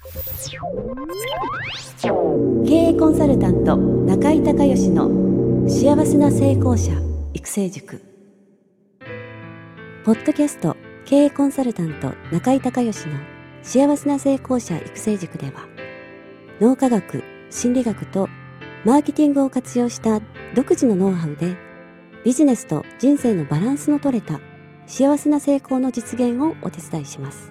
経営コンサルタント中井孝義の幸せな成功者育成塾。ポッドキャスト経営コンサルタント中井孝義の幸せな成功者育成塾では、脳科学、心理学とマーケティングを活用した独自のノウハウでビジネスと人生のバランスの取れた幸せな成功の実現をお手伝いします。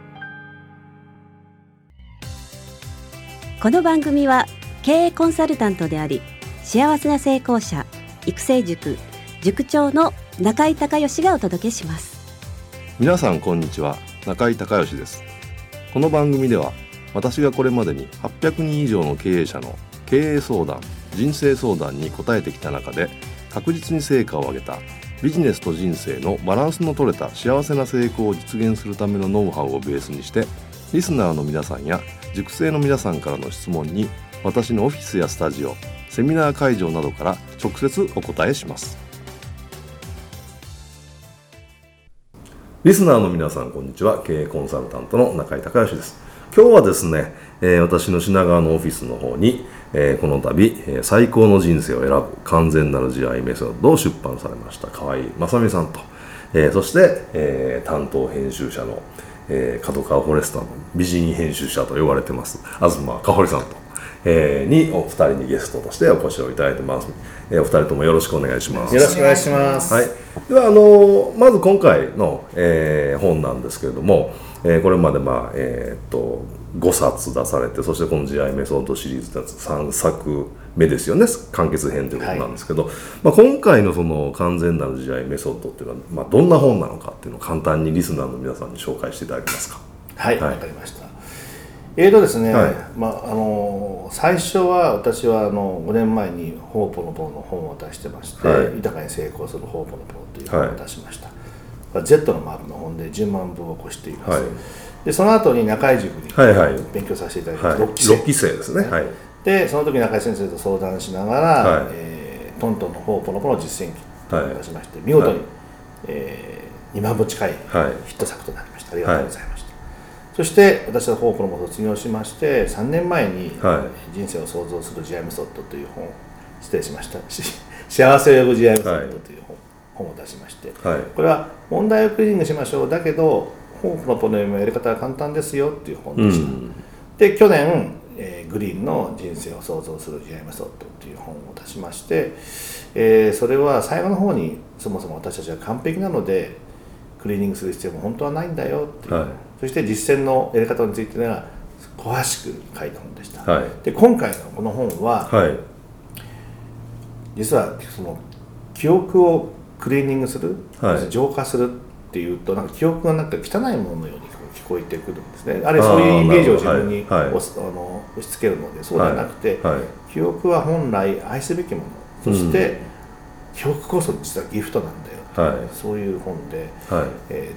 この番組は経営コンサルタントであり、幸せな成功者育成塾塾長の中井孝義がお届けします。 皆さんこんにちは、中井孝義です。この番組では私がこれまでに800人以上の経営者の経営相談、人生相談に答えてきた中で、確実に成果を上げたビジネスと人生のバランスの取れた幸せな成功を実現するためのノウハウをベースにして、リスナーの皆さんや塾生の皆さんからの質問に私のオフィスやスタジオ、セミナー会場などから直接お答えします。リスナーの皆さんこんにちは、経営コンサルタントの中井孝義です。今日はですね、私の品川のオフィスの方に、この度、最高の人生を選ぶ完全なる自愛メソッドを出版されました河合正美さんと、そして、担当編集者の角川フォレスタの美人編集者と呼ばれてます東香堀さんと、にお二人にゲストとしてお越しをいただいてます。お二人ともよろしくお願いします。 よろしくお願いします。 はい、ではまず今回の、本なんですけれども、これまで、5冊出されて、そしてこの自愛メソッドシリーズだと3作目ですよね、完結編ということなんですけど、今回のその完全なる自愛メソッドっていうのは、どんな本なのかっていうのを簡単にリスナーの皆さんに紹介していただけますか。 はい、わかりました。ですね、 はい、 最初は私は5年前にホーポノポノの本を出してまして、はい、豊かに成功するホーポノポノという本を出しました。はい、Z のマークの本で10万部を超しています。はい、でその後に中井塾に勉強させていただいて、 6期生ですね。はい、 でその時中井先生と相談しながら、はい、トントンのホーポノポノ実践記というのを出しまして、見事に、2万部近いヒット作となりました。ありがとうございます。そして私はホーポノポノを卒業しまして、3年前に人生を創造する自愛メソッドという本を失礼しました幸せを呼ぶ自愛メソッドという本を出しまして、はい、これは問題をクリーニングしましょう、だけどホーポノポノのやり方は簡単ですよっていう本でした。で去年、グリーンの人生を創造する自愛メソッドという本を出しまして、それは最後の方にそもそも私たちは完璧なのでクリーニングする必要も本当はないんだよっていう、はい、そして実践のやり方については詳しく書いた本でした。はい、で今回のこの本は、はい、実はその記憶をクリーニングする、はい、浄化するっていうと記憶がなんか汚いもののように聞こえてくるんですね。あるいはそういうイメージを自分に押し付けるので、そうではなくて、はいはい、記憶は本来愛すべきもの、そして、記憶こそ実はギフトなんだよ、はい、そういう本で、はい、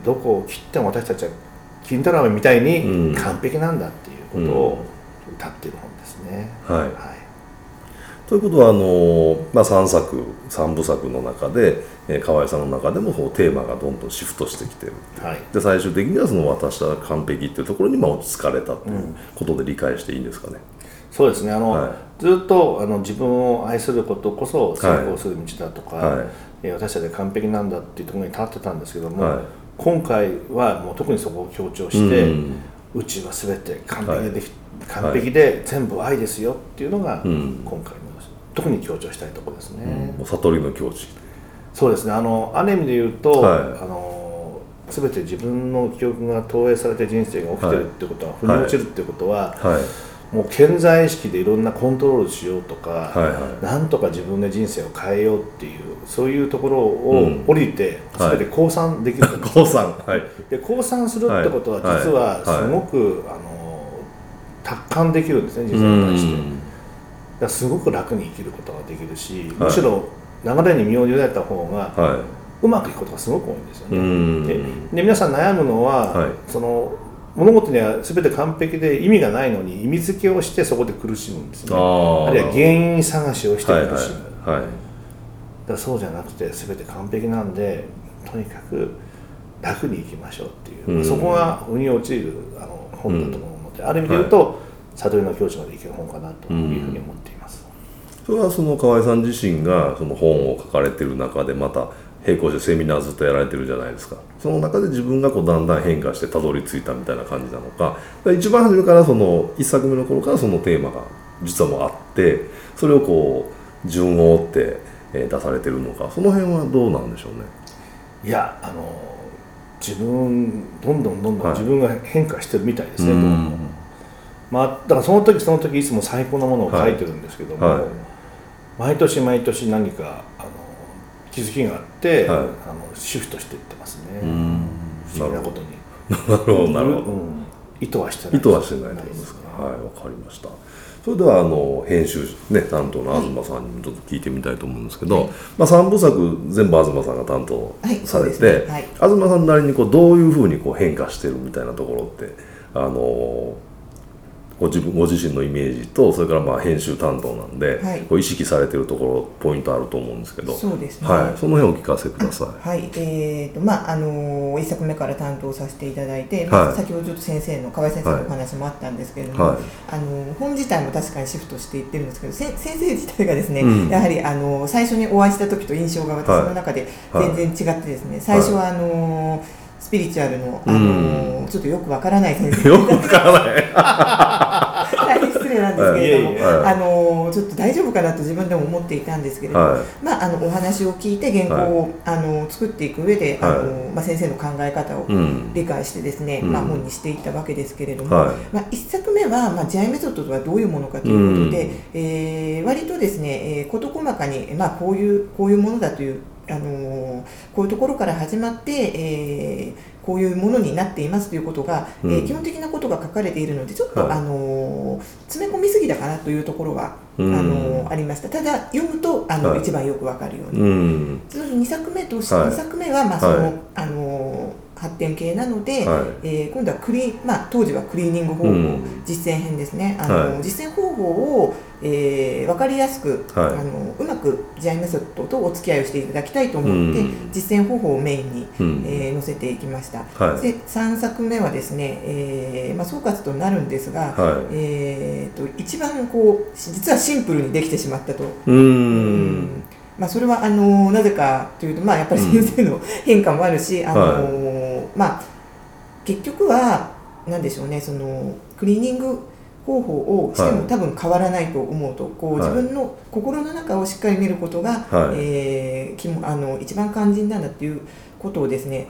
どこを切っても私たちは金太郎みたいに完璧なんだっていうことを歌っている本ですね。はいはい、 ということは3部作の中で、河合さんの中でもテーマがどんどんシフトしてきている、はい、で最終的にはその私は完璧っていうところに落ち着かれたということで理解していいんですかね。 そうですね、はい、ずっと自分を愛することこそ成功する道だとか、はい、私たちは完璧なんだっていうところに立ってたんですけども、はい、今回はもう特にそこを強調して、宇宙は全て完璧で全部愛ですよっていうのが、今回の特に強調したいところですね。 悟りの境地。 そうですね、ある意味で言うと、はい、全て自分の記憶が投影されて人生が起きてるってことは、腑に落ちるってことは、はいはい、もう顕在意識でいろんなコントロールしようとか、はいはい、なんとか自分で人生を変えようっていうそういうところを降りて、全て降参できるんです、 降参、はい、 で降参するってことは実はすごく、達観できるんですね、人生に対して。だからすごく楽に生きることができるし、むしろ流れに身を委ねた方が、うまくいくことがすごく多いんですよね。で皆さん悩むのは、その物事には全て完璧で意味がないのに意味付けをしてそこで苦しむんですね。あるいは原因探しをして苦しむ、だからそうじゃなくて全て完璧なんでとにかく楽に生きましょうっていう、そこが腑に落ちる本だと思うので、ある意味で言うと悟りの境地までいける本かなというふうに思っています。 それはその河合さん自身がその本を書かれている中でまた並行してセミナーずっとやられてるじゃないですか。その中で自分がこうだんだん変化してたどり着いたみたいな感じなのか、一番初めからその一作目の頃からそのテーマが実はもうあってそれをこう順を追って出されてるのか、その辺はどうなんでしょうね。 いや自分どんどん自分が変化してるみたいですね、どうも。だからその時その時いつも最高のものを書いてるんですけども、毎年毎年何か気づきがあって、シフトしていってますね。不思議なことに。 なるほどなるほど。 意図はしてない。 意図はしてないと思いますか。はい、わかりました。それでは編集ね担当の東さんにもちょっと聞いてみたいと思うんですけど、3部作全部東さんが担当されて、東さんなりにこうどういうふうにこう変化してるみたいなところってご自身のイメージとそれから編集担当なんで、こう意識されてるところポイントあると思うんですけど、 そうですね、 その辺をお聞かせください。 1作目から担当させていただいて、先ほどちょっと先生の河合先生のお話もあったんですけれども、本自体も確かにシフトしていってるんですけど、先生自体がですね、やはり最初にお会いした時と印象が私の中で全然違ってですね、最初はスピリチュアルの、ちょっとよくわからない先生よくわからない大変失礼なんですけれども、ちょっと大丈夫かなと自分でも思っていたんですけれども、お話を聞いて原稿を、作っていく上で先生の考え方を理解してですね、本にしていったわけですけれども、1作目は、ジャイメソッドとはどういうものかということで、割とですね、事細かに、こういうものだというこういうところから始まって、こういうものになっていますということが、基本的なことが書かれているのでちょっと、詰め込みすぎたかなというところが、ありました。ただ読むと一番よくわかるように、2作目として2作目は、その発展系なので、今度は当時はクリーニング方法、実践編ですね。実践方法を、分かりやすく、うまくジャイメソッドとお付き合いをしていただきたいと思って、実践方法をメインに、載せていきました。で3作目はですね、総括となるんですが、一番実はシンプルにできてしまったと。それはなぜかというと、やっぱり先生の変化もあるし、結局は何でしょうね、そのクリーニング方法をしても多分変わらないと思うと、自分の心の中をしっかり見ることが、一番肝心なんだっていうことをですね、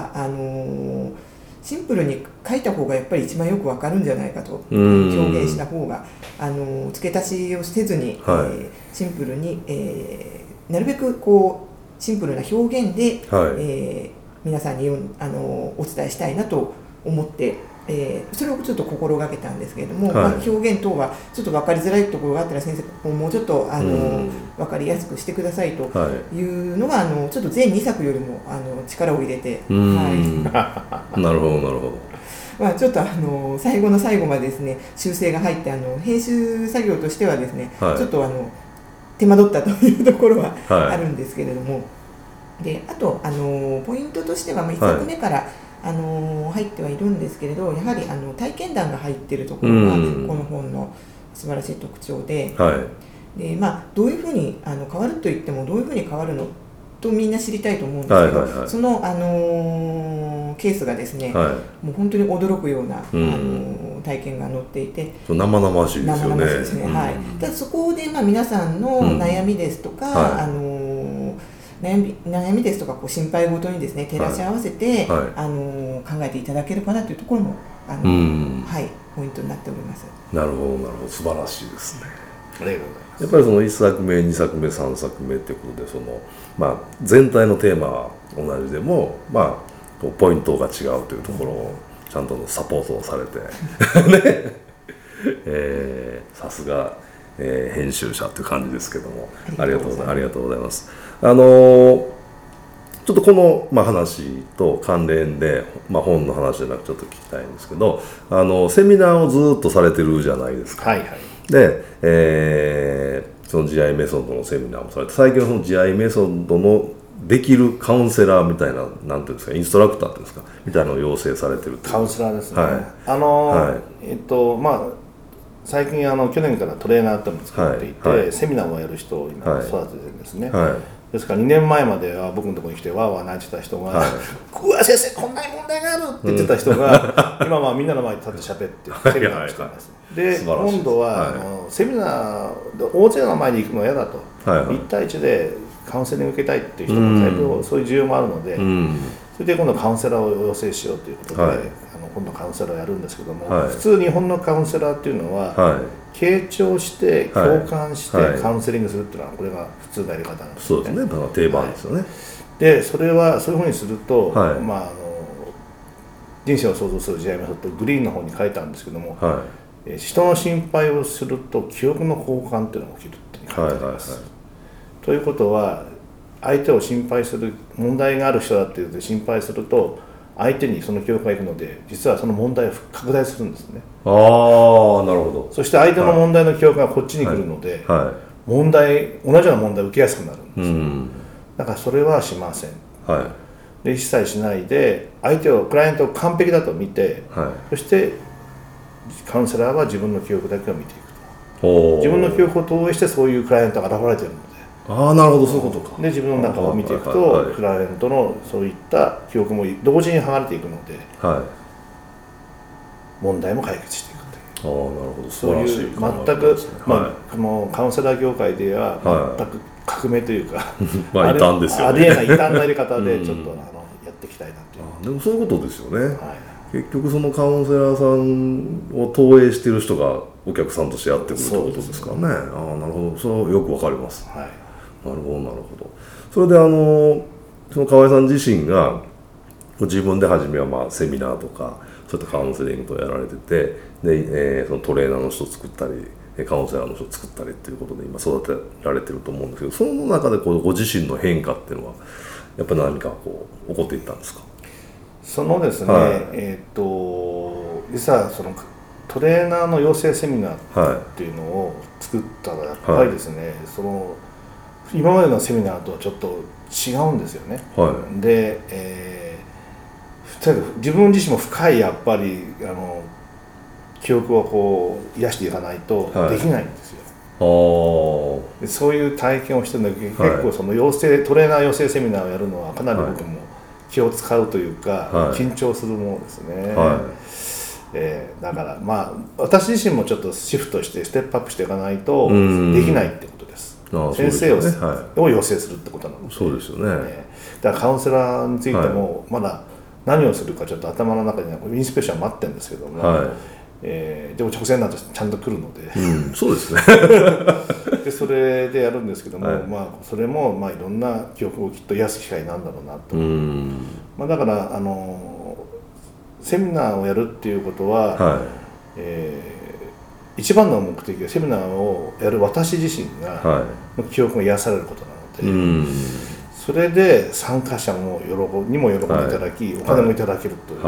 シンプルに書いた方がやっぱり一番よくわかるんじゃないかと、表現した方が付け足しをせずに、シンプルに、なるべくシンプルな表現で、皆さんにお伝えしたいなと思って、それをちょっと心がけたんですけれども、表現等はちょっと分かりづらいところがあったら先生もうちょっと分かりやすくしてくださいというのが、ちょっと全2作よりも力を入れて、 なるほどなるほど。 ちょっと最後の最後までですね修正が入って編集作業としてはですね、ちょっと手間取ったというところはあるんですけれども、であとポイントとしては1作目から、入ってはいるんですけれど、やはり体験談が入っているところがこの本の素晴らしい特徴で、でどういうふうに変わるといってもどういうふうに変わるのとみんな知りたいと思うんですけど、その、ケースがですね、もう本当に驚くような、体験が載っていて生々しいですよね。 ただそこで、皆さんの悩みですとか、悩みですとか心配事にですね照らし合わせて、考えていただけるかなというところもポイントになっております。 なるほどなるほど、素晴らしいですね。 ありがとうございます。 やっぱりその1作目2作目3作目ということで全体のテーマは同じでもポイントが違うというところをちゃんとサポートをされてさすが編集者という感じですけども、ありがとうございます。ちょっとこの、話と関連で、本の話じゃなくちょっと聞きたいんですけど、セミナーをずっとされてるじゃないですか。で、その GI メソッドのセミナーもされて、最近のその GI メソッドのできるカウンセラーみたいな、なんていうんですか、インストラクターっていうんですか、みたいなのを養成されてるカウンセラーですね。 最近去年からトレーナーってのを作っていて、はいはい、セミナーをやる人を今育ててるんですね、はいはい、ですから2年前までは僕のところに来てわーわー泣いてた人が、はい、うわ先生こんなに問題があるって言ってた人が、今はみんなの前に立って喋ってセミナーをしてます、で今度は、セミナー大勢の前に行くのは嫌だと、はいはい、1対1でカウンセリング受けたいっていう人もだいぶそういう需要もあるので、それで今度カウンセラーを養成しようということで、はい、今度カウンセラーをやるんですけども、はい、普通日本のカウンセラーっていうのは、はい、傾聴して共感してカウンセリングするっていうのはこれが普通のやり方なんですね。そうですね、 定番ですよね、はい、 でそれはそういうふうにすると、はい、人生を創造する時代メソッドグリーンの方に書いたんですけども、はい、人の心配をすると記憶の交換っていうのが起きるって書いてあります、はいはいはい、ということは相手を心配する問題がある人だっていうので心配すると相手にその記憶がいくので実はその問題を拡大するんですね。 ああ、なるほど。 そして相手の問題の記憶がこっちに来るので、はいはい、同じような問題を受けやすくなるんですよ。だからそれはしません、はい、で一切しないでクライアントを完璧だと見て、はい、そしてカウンセラーは自分の記憶だけを見ていくと。自分の記憶を投影してそういうクライアントが現れているので、 ああ、なるほど、そういうことか。 で自分の中を見ていくと、クライアントのそういった記憶も同時に剥がれていくので、はい、問題も解決していくという。 ああ、なるほど。 そういう全く、このカウンセラー業界では全く革命というか、 まあ異端ですよね。 ありえない異端なやり方でちょっとやっていきたいなという。 でもそういうことですよね。はい、結局そのカウンセラーさんを投影している人がお客さんとしてやってくるということですからね。ああ、なるほど。それはよくわかります。はい。なるほどなるほど。それでその河合さん自身が自分で初めはセミナーとかそういったカウンセリングとやられててで、そのトレーナーの人を作ったりカウンセラーの人を作ったりっていうことで今育てられてると思うんですけど、その中でご自身の変化っていうのはやっぱり何か起こっていったんですか？ そのですね、はい、実はそのトレーナーの養成セミナーっていうのを作ったらやっぱりですね、はい、今までのセミナーとはちょっと違うんですよね、はい、で、自分自身も深いやっぱり記憶を癒していかないとできないんですよ、はい、でそういう体験をしてるんだけど、結構そのトレーナー養成セミナーをやるのはかなり僕も気を使うというか、はい、緊張するものですね、はいだから私自身もちょっとシフトしてステップアップしていかないとできないってことです。先生を養成するってことなので、 そうですよね、 だからカウンセラーについてもまだ何をするかちょっと頭の中にインスピレーション待ってるんですけども、でも直線になるとちゃんと来るので、 そうですねでそれでやるんですけども、それもいろんな記憶をきっと癒す機会なんだろうなと、だからセミナーをやるっていうことは、一番の目的はセミナーをやる私自身が、記憶が癒されることなので、それで参加者にも喜んでいただき、お金もいただけるという、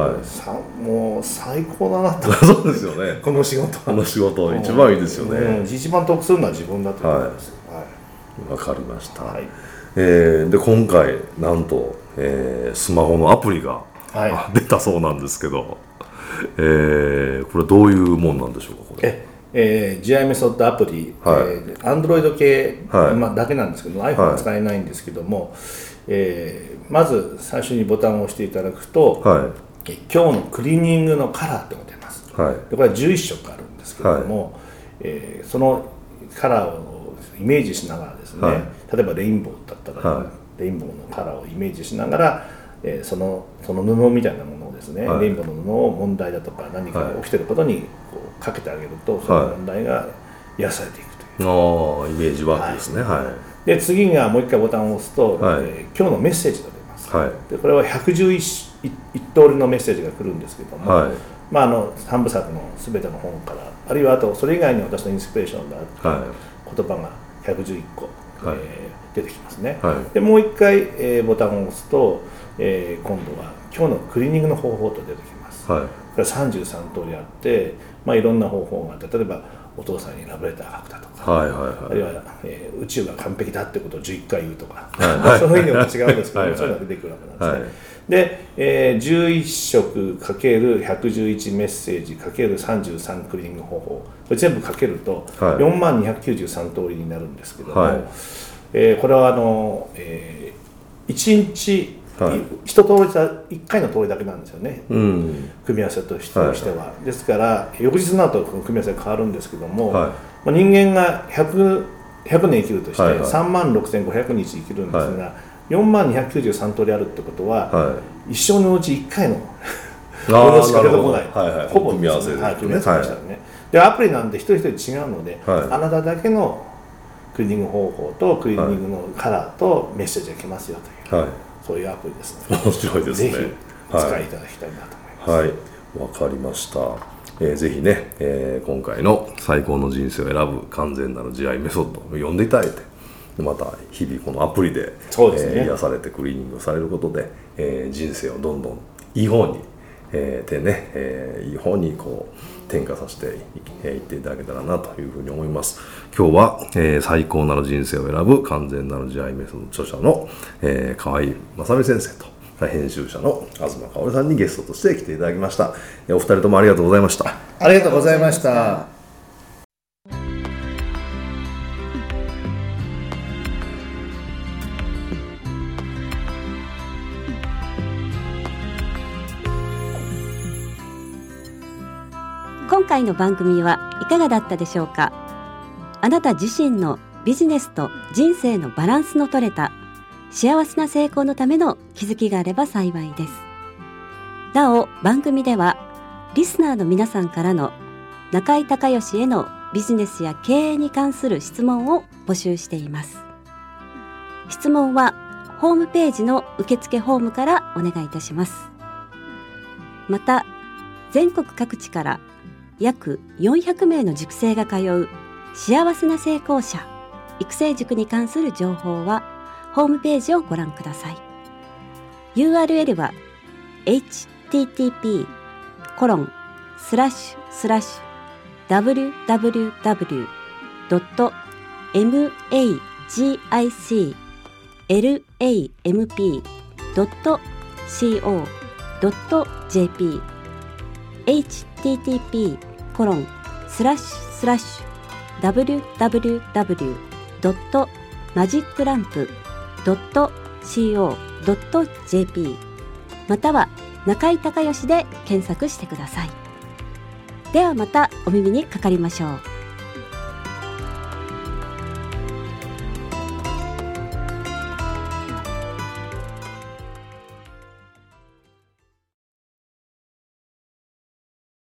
もう最高だなとそうですよねこの仕事一番いいですよね、 一番得するのは自分だと思います。 わかりました、で今回なんと、スマホのアプリが、出たそうなんですけど、これどういうもんなんでしょうか？これ GI メソッドアプリ、Android 系、だけなんですけど iPhone は使えないんですけども、まず最初にボタンを押していただくと、今日のクリーニングのカラーってのが出ます、でこれは11色あるんですけれども、そのカラーをイメージしながらですね、例えばレインボーだったら、レインボーのカラーをイメージしながら、その布みたいなものをですね、レインボーの布を問題だとか何かが起きていることにかけてあげると、その問題が癒されていくという、 イメージワークですね、 で次がもう一回ボタンを押すと、今日のメッセージが出ます、でこれは111通りのメッセージが来るんですけども、3部作の全ての本からあるいはあとそれ以外に私のインスピレーションがあった言葉が111個、出てきますね、でもう一回、ボタンを押すと、今度は今日のクリーニングの方法と出てきます、これは33通りあって、 いろんな方法があって、例えばお父さんにラブレター書くだとか、あるいは、宇宙が完璧だってことを11回言うとか、そういうのも違うんですけど、そういうのが出てくるわけなんですね。で、11色 ×111 メッセージ ×33 クリーニング方法、これ全部かけると4293通りになるんですけども、これは1日1通り1回の通りだけなんですよね、組み合わせとしては。ですから翌日になるとこの組み合わせが変わるんですけども、人間が100年生きるとして36,500日生きるんですが、4293通りあるってことは、一生のうち1回のものしか出てこない、ほぼ組み合わせで、組み合わせましたよね。でアプリなんで一人一人違うので、あなただけのクリーニング方法とクリーニングのカラーとメッセージが来ますよという、そういうアプリですね。 面白いですね。 ぜひお使いいただきたいなと思います。 わかりました。ぜひね、今回の最高の人生を選ぶ完全なる慈愛メソッドを読んでいただいて、また日々このアプリで、癒されてクリーニングされることで、人生をどんどんいい方に、いい方にこう転化させていっていただけたらなというふうに思います。今日は、最高なる人生を選ぶ完全なる慈愛メソッド著者の、河合正美先生と編集者の東香織さんにゲストとして来ていただきました。お二人ともありがとうございました。 ありがとうございました。 今回の番組はいかがだったでしょうか。あなた自身のビジネスと人生のバランスの取れた幸せな成功のための気づきがあれば幸いです。なお、番組ではリスナーの皆さんからの中井孝義へのビジネスや経営に関する質問を募集しています。質問はホームページの受付フォームからお願いいたします。また、全国各地から約400名の塾生が通う幸せな成功者育成塾に関する情報はホームページをご覧ください。 URL は http://www.magiclamp.co.jp http://www.magiclamp.co.jp または中井孝義で検索してください。ではまたお耳にかかりましょう。